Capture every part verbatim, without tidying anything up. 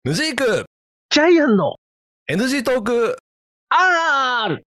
ヌジークジャイアンのエヌジー トークアール。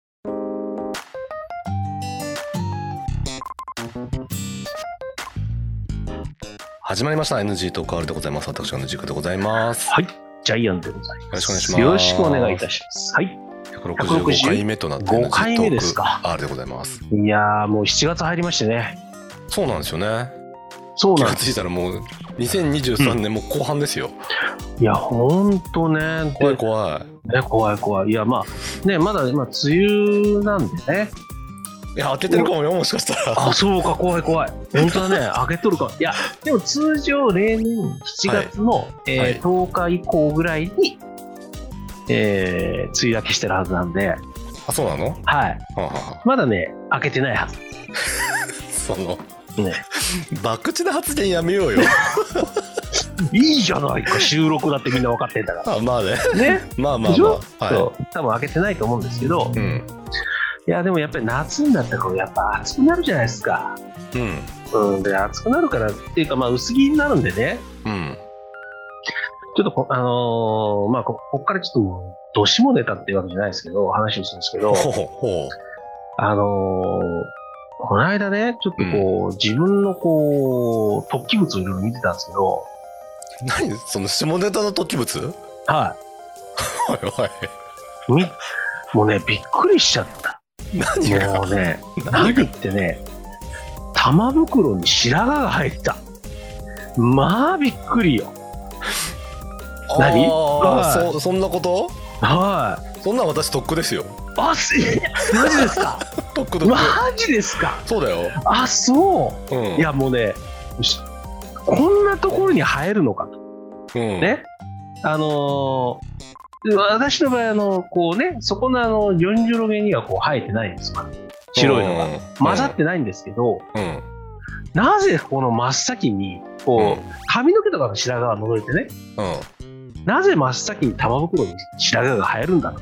始まりました エヌジー トーク アール でございます。私がヌジークでございます。 はい、ジャイアンでございます。 よろしくお願いします。 よろしくお願いいたします。はい。 ひゃくろくじゅうごかいめとなって エヌジー トーク アール でございます。 いやーもうしちがつ入りましてね。 そうなんですよね。 そうなんです。 気がついたらもうにせんにじゅうさんねんも後半ですよ。 うん、いやほんとね。 怖い怖い。 ね、怖い怖い。いやまあね、まだまあ梅雨なんでね。 いや開けてるかもよ、もしかしたら。 あ、そうか、怖い怖い。本当だね、開けとるか。いやでも通常例年しちがつの、はいえーはい、とおか以降ぐらいに、えー、梅雨明けしてるはずなんで。 あ、そうなの？ はい。ははまだね開けてないはず。 そのね、 博打な発言やめようよ。 いいじゃないか、収録だってみんな分かってんだから。 あ、まあね。 ね、 まあまあまあ、はい、 そう多分開けてないと思うんですけど、 うん、 いやでもやっぱり夏になったらやっぱ暑くなるじゃないですか。うん。うん、で暑くなるからっていうかまあ薄着になるんでね。 うん。 ちょっとこあのー、まあここからちょっともうどしもネタっていうわけじゃないですけど話をするんですけど、 ほうほうあのー。この間ね、ちょっとこう、うん、自分のこう突起物をいろいろ見てたんですけど。 何その下ネタの突起物？はいはいはいみもうねびっくりしちゃった。 何がもうね何ってね玉袋に白髪が入った。まあびっくりよ。何？ ああ、そ, そんなこと？ はい。 そんな私とっくですよ。 あ、すマジですか？ とっくとっく。 マジですか？ そうだよ。 あ、そう、うん、いやもうねこんなところに生えるのかと、うん、ね、あのー、私の場合あのこうねそこのあのよんじゅうろげにはこう生えてないんですよ。白いのが、うん、混ざってないんですけど、うん、なぜこの真っ先にこう、うん、髪の毛とかの白髪が覗いてね、うん、なぜ真っ先に玉袋に白髪が生えるんだと。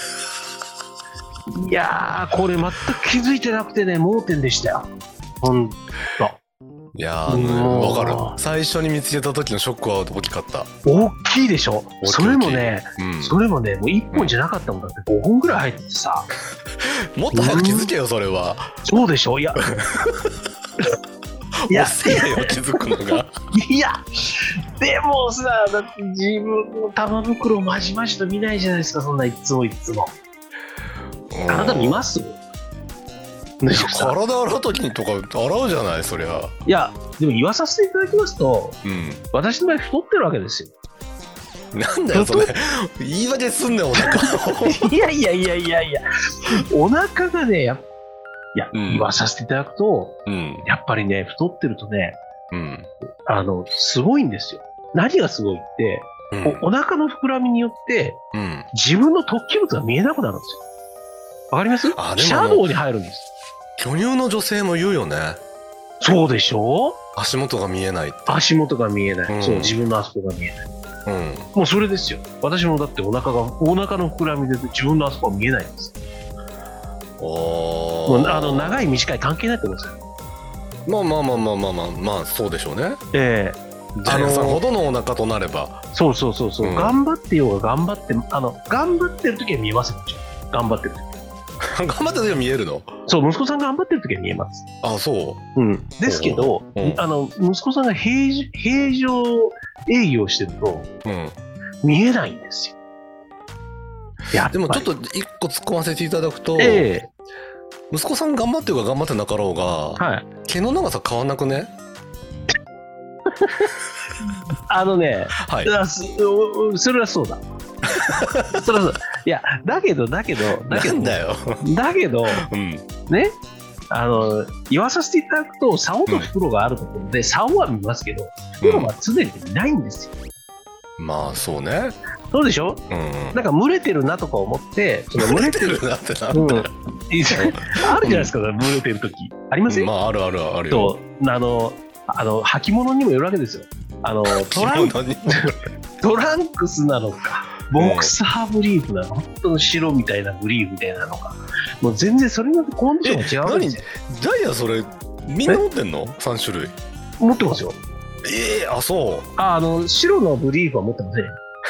いやーこれ全く気づいてなくてね盲点でしたよ。ほんと。 いやー分かる。最初に見つけた時のショックは大きかった。 大きいでしょ。それもね、うん、それもねもういっぽんじゃなかったもんだってごほんぐらい入っててさ。 もっと早く気づけよそれは。 そうでしょ。いやいや遅いよ気づくのが。 いやでもさだって自分の玉袋まじまじと見ないじゃないですかそんないつもいつも。あなた見ます？ 体洗う時にとか洗うじゃないそりゃ。 いやでも言わさせていただきますと、うん、私の場合太ってるわけですよ。 なんだよそれ言い訳すんねんお腹。 いやいやいやいやいやお腹がね や, いや、うん、言わさせていただくと、うん、やっぱりね太ってるとね、うん、あのすごいんですよ。何がすごいって、うん、お, お腹の膨らみによって、うん、自分の突起物が見えなくなるんですよ。わかります？あ、でもシャドウに入るんです。 巨乳の女性も言うよね。 そうでしょ？ 足元が見えないって。 足元が見えない、うん、そう自分のあそこが見えない、うん、もうそれですよ。私もだってお腹がお腹の膨らみで自分のあそこは見えないんです。もうあの長い短い関係ないと思うんですよ。 まあまあまあまあまあまあまあそうでしょうね。 ええー、ジャイアンさんほどのお腹となれば。 そうそうそうそう、うん、頑張ってようが頑張ってあの頑張ってる時は見えますよ。頑張ってる時頑張ってる時は見えるの？ そう、息子さんが頑張ってる時は見えます。 あ、そう。 うん。ですけど、うん、あの息子さんが平平常営業してると、うん、見えないんですよ。 いやでもちょっと一個突っ込ませていただくと、えー、息子さん頑張ってるか頑張ってなかろうが、はい、毛の長さ変わんなくね？ あのね、はい、それはそうだ。それはそうだ。いやだけどだけどだけどなんだよだけど、うん、ねあの言わさせていただくと竿と袋があるところで、うん、竿は見ますけど袋は常にいないんですよ、 うん、まあそうね。 そうでしょ、うん、なんか群れてるなとか思ってその群れてるなってなんだよ、うん、 あるじゃないですか、うん、群れてる時ありません、 うん、まああるあるあるよ。 あのあの履物にもよるわけですよ。あのトラントランクスなのかボクサーブリーフなの、本当の白みたいなブリーフみたいなのか、もう全然それによってコンディションが違うんですよ。 ジャイアンそれみんな持ってんの？さん種類持ってますよ。 ええー、あそう。 ああの白のブリーフは持ってません。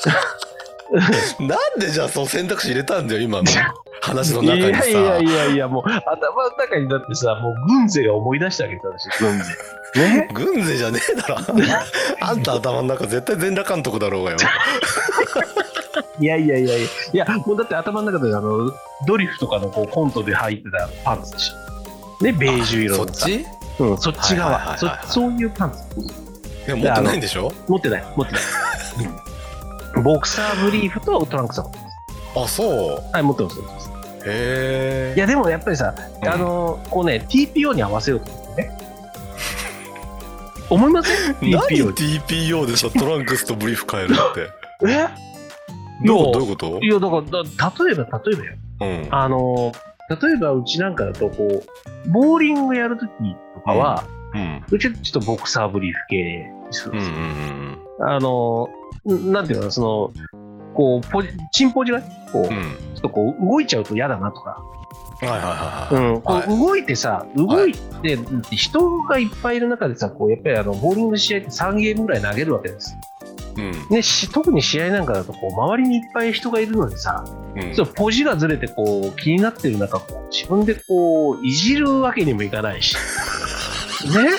なんでじゃあその選択肢入れたんだよ今の話の中にさ。 いやいやいやいや、もう頭の中にだってさ、もう軍勢が思い出してあげたらしい。軍勢ね、軍勢じゃねえだろあんた頭の中絶対全裸監督だろうがよ。 いやいやいやいや、いやもうだって頭の中であのドリフとかのこうコントで履いてたパンツでしょね、ベージュ色のさ。そっち？うん、そっち側、はいはいはいはい、そそういうパンツ。 いや持ってないんでしょ？ 持ってない持ってないボクサーブリーフとトランクスは持ってます。あ、そう。 はい持ってます。 へえ。 いやでもやっぱりさ、うん、あのこうね ティーピーオー に合わせようと思ってね。思いません？ ティーピーオー何 ティーピーオー でさトランクスとブリーフ変えるって。 え？ どうどういうこと？ いやだから例えば例えばよ。うん、あの例えばうちなんかだとこうボーリングやるときとかは、うん、うちちょっとボクサーブリーフ系にするんですよ。うんうんうん、あのなんていうのそのこうポジチンポジがこう、うん、ちょっとこう動いちゃうと嫌だなとか。 はいはいはいはい。うん、こう動いてさ、動いて、はい、人がいっぱいいる中でさ、こうやっぱりあのボーリングの試合ってさんゲームぐらい投げるわけです。うんね、し特に試合なんかだとこう周りにいっぱい人がいるのにさ、うん、そポジがずれてこう気になってる中こう自分でこういじるわけにもいかないしね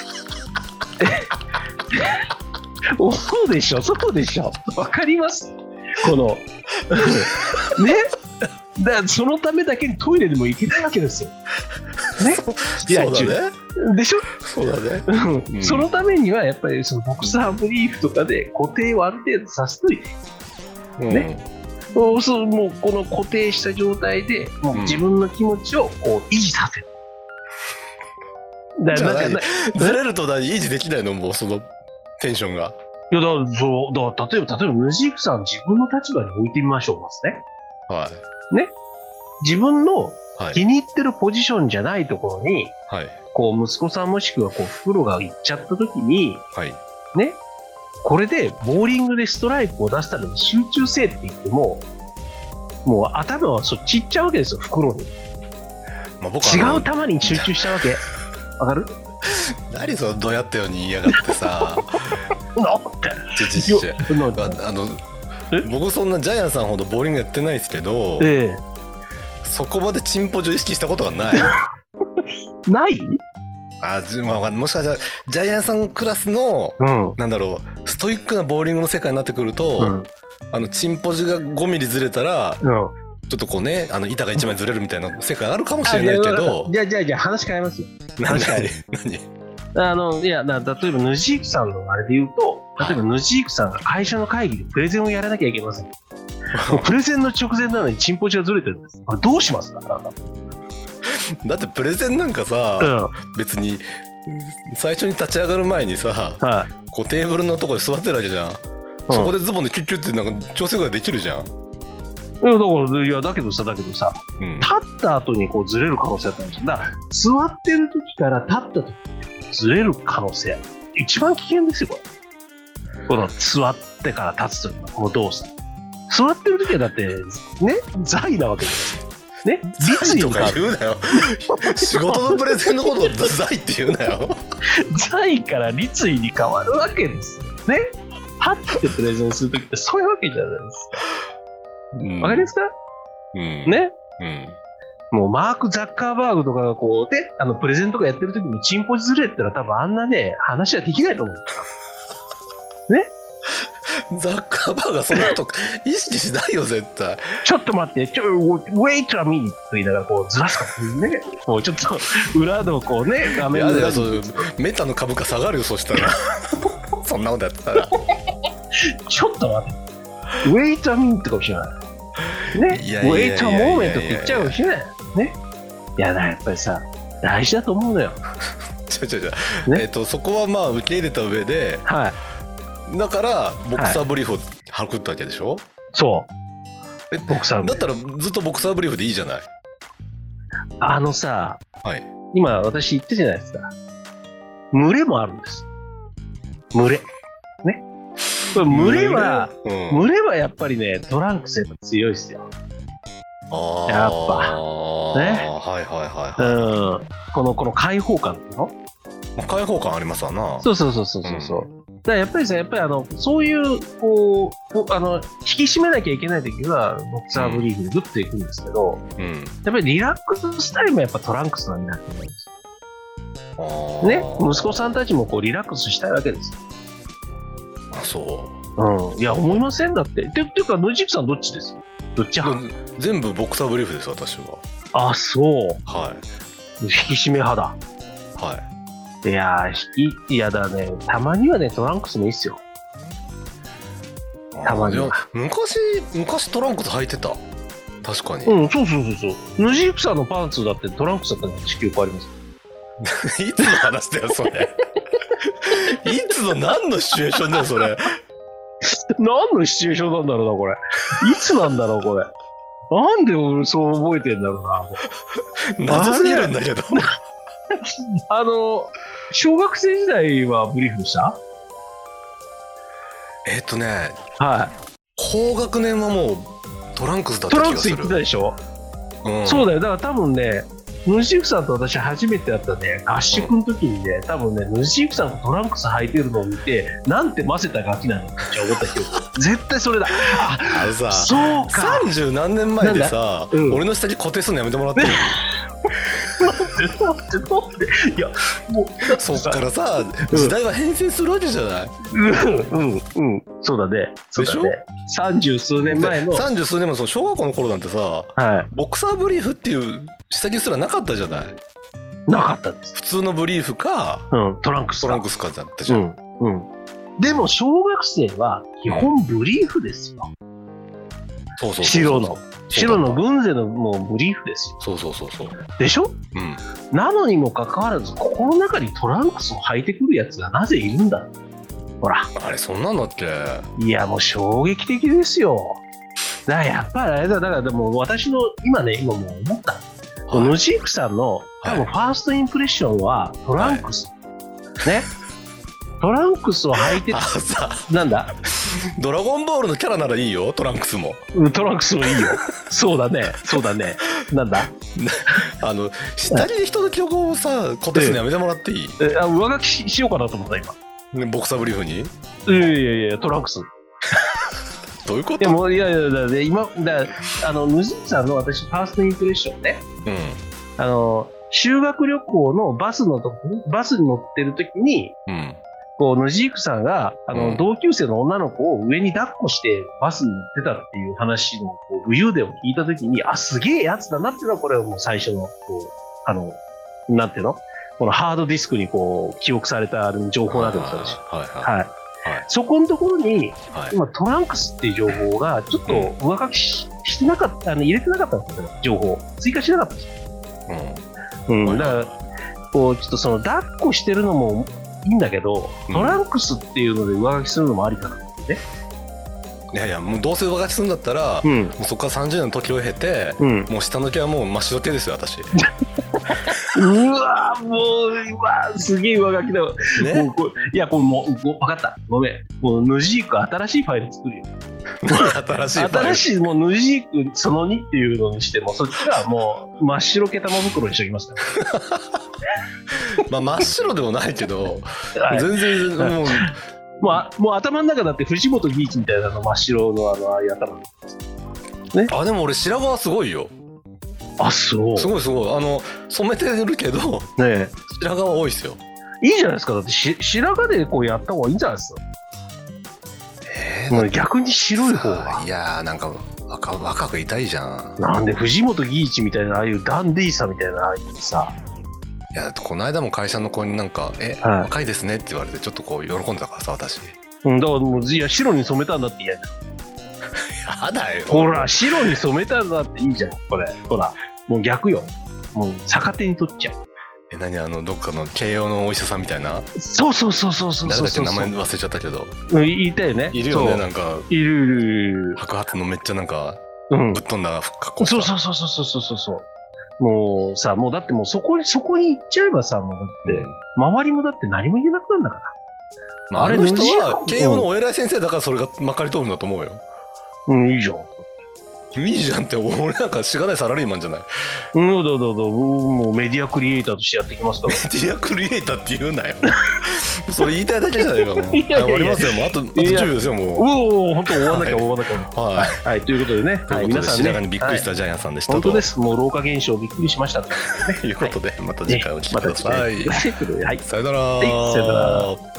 そうでしょそうでしょわかりますこのねだからそのためだけにトイレでも行けないわけですよね。 いやそうだねでしょそうだね、 うん、そのためにはやっぱりそのボクサーブリーフとかで固定をある程度させといて、うん、ね、もうそうもうこの固定した状態でもう自分の気持ちをこう維持させる、 うん、だからなんかずれると維持できないのもうそのテンションがいやだからそうだから例えば例えばヌジークさん自分の立場に置いてみましょうまずねはいね自分の気に入ってるポジションじゃないところに、はい、こう息子さんもしくはこう袋が行っちゃった時に、はい、ねこれでボーリングでストライクを出すために集中せえって言ってももう頭はそっち行っちゃうわけですよ袋に、まあ、僕は違う球に集中しちゃうわけわかる？ 何そのどうやったように言いやがってさなんてちちちちあの僕そんなジャイアンさんほどボーリングやってないですけど、ええ、そこまでチンポジを意識したことがないないあ、まあ、もしかしたらジャイアンさんクラスの、うん、なんだろうストイックなボーリングの世界になってくると、うん、あのチンポジがごミリずれたら、うん、ちょっとこうねあの板がいちまいずれるみたいな世界あるかもしれないけどじゃあじゃあじゃあ話変えますよ話変える何あのいやだ例えばヌジークさんのあれで言うと例えばヌジークさんが会社の会議でプレゼンをやらなきゃいけませんプレゼンの直前なのにチンポジがずれてるんです。これどうしますか？ だってプレゼンなんかさ、うん、別に最初に立ち上がる前にさ、はい、こうテーブルのところで座ってるわけじゃん、うん、そこでズボンでキュッキュッってなんか調整ができるじゃん。いやだからいやだけどさだけどさ、うん、立った後にこうずれる可能性あったんですよ。だから座ってる時から立った時にずれる可能性一番危険ですよこれ。この座ってから立つ時のこの動作。座ってる時はだってね財なわけですよね。 財とか言うなよ仕事のプレゼンのことを財って言うなよ財から立位に変わるわけですよね。立ってプレゼンする時ってそういうわけじゃないですか。わ、うん、かりますか、うん、ね、うん、もうマーク・ザッカーバーグとかがこうねあのプレゼンとかやってる時にチンポジずれってのは多分あんなね話はできないと思うんですよね。 ザッカーバーがそんなこと意識しないよ絶対。 ちょっと待ってちょ wait a minute と言いながらこうずらすからねもうちょっと裏のこうね画面でやだよそうメタの株価下がるよそしたらそんなことやってたらちょっと待って wait a minute かもしれないね。wait a moment って言っちゃうかもしれないね。いやだやっぱりさ大事だと思うのよちょちょちょ、ねえー、とそこはまあ受け入れた上で、はいだからボクサーブリーフを履くったわけでしょ、はい、 そうえボクサーブリーフだったらずっとボクサーブリーフでいいじゃない。 あのさ、はい、今私言ってたじゃないですか群れもあるんです群れねこれ群れは群れ、うん、群れはやっぱりねトランクスやっぱ強いですよ。あやっぱねはいはいはいはい、 うん、このこの開放感っていうの開放感ありますわな。 そうそうそうそうそう、うんからやっぱりさ、やっぱりあのそういうこうあの引き締めなきゃいけないときはボクサーブリーフでグッといくんですけど、うん、やっぱりリラックススタイルもやっぱトランクスなんだと思うんですよ。ね、息子さんたちもこうリラックスしたいわけですよ。 あ、そう。 うん、いや思いませんだって。ていうか野宿さんどっちです？どっち派？ 全部ボクサーブリーフです私は。 あ、そう。 はい。 引き締め派だ。 はい。 いや引きいやだね。たまにはねトランクスもいいっすよ。たまには。 昔昔トランクス履いてた。確かに。 うん、そうそうそうそう。野宿さんのパンツだってトランクスだったら地球変わります。 いつの話だよそれ。いつの何のシチュエーションだよそれ。 何のシチュエーションなんだろうなこれ。いつなんだろうこれ。なんで俺そう覚えてんだろうな。 謎すぎるんだけど。 あの小学生時代はブリーフでした？ えっとね、 はい。 高学年はもうトランクスだった気がする。 トランクス行ってたでしょ。うん、そうだよ。だから多分ね。ヌジークさんと私初めて会ったね合宿の時にね、多分ねヌジークさんがトランクス履いてるのを見てなんてませたガキなのって思ったけど絶対それだ。ああのさ、 そうかさんじゅう何年前でさ、うん、俺の下に固定するのやめてもらってる。 いやもうそっからさ時代は変遷するわけじゃない。 うんうんうんそうだね。そうだね。三十数年前の三十数年前の小学校の頃なんてさ、はい、ボクサーブリーフっていう下着すらなかったじゃない。 なかったです。 普通のブリーフか、 うん、トランクストランクスかだったじゃん。 うんうん、でも小学生は基本ブリーフですよ。うん、そうそうそうそう白の白の軍勢のもうブリーフですよ。 そうそうそうそう。 でしょ？うん。なのにもかかわらずここの中にトランクスを履いてくるやつがなぜいるんだ。ほら。 あれそんなんだっけ？ いやもう衝撃的ですよ。だからやっぱりあれだだからでも私の今ね今もう思った。はい、ヌジークさんの多分ファーストインプレッションはトランクス、はい、ね。トランクスを履いてさなんだドラゴンボールのキャラならいいよトランクスも。 トランクスもいいよ。そうだねそうだね。なんだあの下着で人の記憶をさ固定するのやめてもらっていい？ えあ上書き し, しようかなと思った今、 ね、ボクサーブリーフに。 いやいやいやトランクスどういうこと？ いやもういやいやだ今だあのヌジーさんの私ファーストインプレッションね、うん、あの修学旅行のバスのとバスに乗ってる時に、うん、こうヌジークさんがあの、うん、同級生の女の子を上に抱っこしてバスに乗ってたっていう話のこう武勇伝を聞いた時にあすげえやつだなっていうのはこれはもう最初のこうあのなんていうのこのハードディスクにこう記憶された情報なんですよ。はいはい、はいはい、そこのところに、はい、今トランクスっていう情報がちょっと上書き し,、うん、してなかったあの入れてなかったんですよ情報追加しなかったんですよ。うんうん、だからこうちょっとその抱っこしてるのもいいんだけど、トランクスっていうので上書きするのもありかなってね。 いやいやもうどうせ上書きするんだったら、うん、もうそこからさんじゅうねんの時を経て、うん、もう下の毛はもう真っ白系ですよ私。 うわもううわすげえ上書きだわ、ね、もうこれいやこれもう分かったごめんもうヌジーク新しいファイル作るよ。 新しいファイル新しいもうヌジークそのにっていうのにしてもそっちはもう真っ白系玉袋にしておきますから。 まあ真っ白でもないけど、はい、全然もうもう、もう頭の中だって藤本義一みたいなの真っ白のあのああいう頭なんですね。 あでも俺白髪はすごいよ。 あそうすごいすごいあの染めてるけど、ね、白髪は多いですよ。 いいじゃないですかだってし白髪でこうやった方がいいんじゃないですか。えー、もう逆に白い方がいやーなんか若, 若くいたいじゃん。 なんで藤本義一みたいなああいうダンディーさみたいなああいうさいやこの間も会社の子になんかえ、はい、若いですねって言われてちょっとこう喜んでたからさ私。 うんだからもういや白に染めたんだって嫌だよ。 やだよ。 ほら白に染めたんだっていいじゃんこれほらもう逆よもう逆手に取っちゃう。 え何あのどっかの慶応のお医者さんみたいな。 そうそうそうそうそうそうそう誰だっけ名前忘れちゃったけど、 うん、いたよね。 いるよねなんかいるいるいる白髪のめっちゃなんか、うん、ぶっ飛んだ格好した。 そうそうそうそうそうそうそうもうさもうだってもうそこにそこに行っちゃえばさもうだって、うん、周りもだって何も言えなくなるんだから。 まあ、あれの人は慶応のお偉い先生だからそれがまかり通るんだと思うよ。 うん、いいじゃん。 いいじゃんって、俺なんかしがないサラリーマンじゃない。 うんどうどうどう、もうメディアクリエイターとしてやっていきますから。 メディアクリエイターって言うなよ。それ言いたいだけじゃないかもう。いやいやいや終わりますよ、もうあとあとじゅうびょうですよもう。 おお本当終わんなきゃ終わんなきゃ。はい、はい、ということでね、はい、皆さんね、白髪にびっくりしたジャイアンさんでしたと。 本当です。もう老化現象びっくりしましたということで、また次回お聞きください。 はい、 さよなら。 はい、さよなら。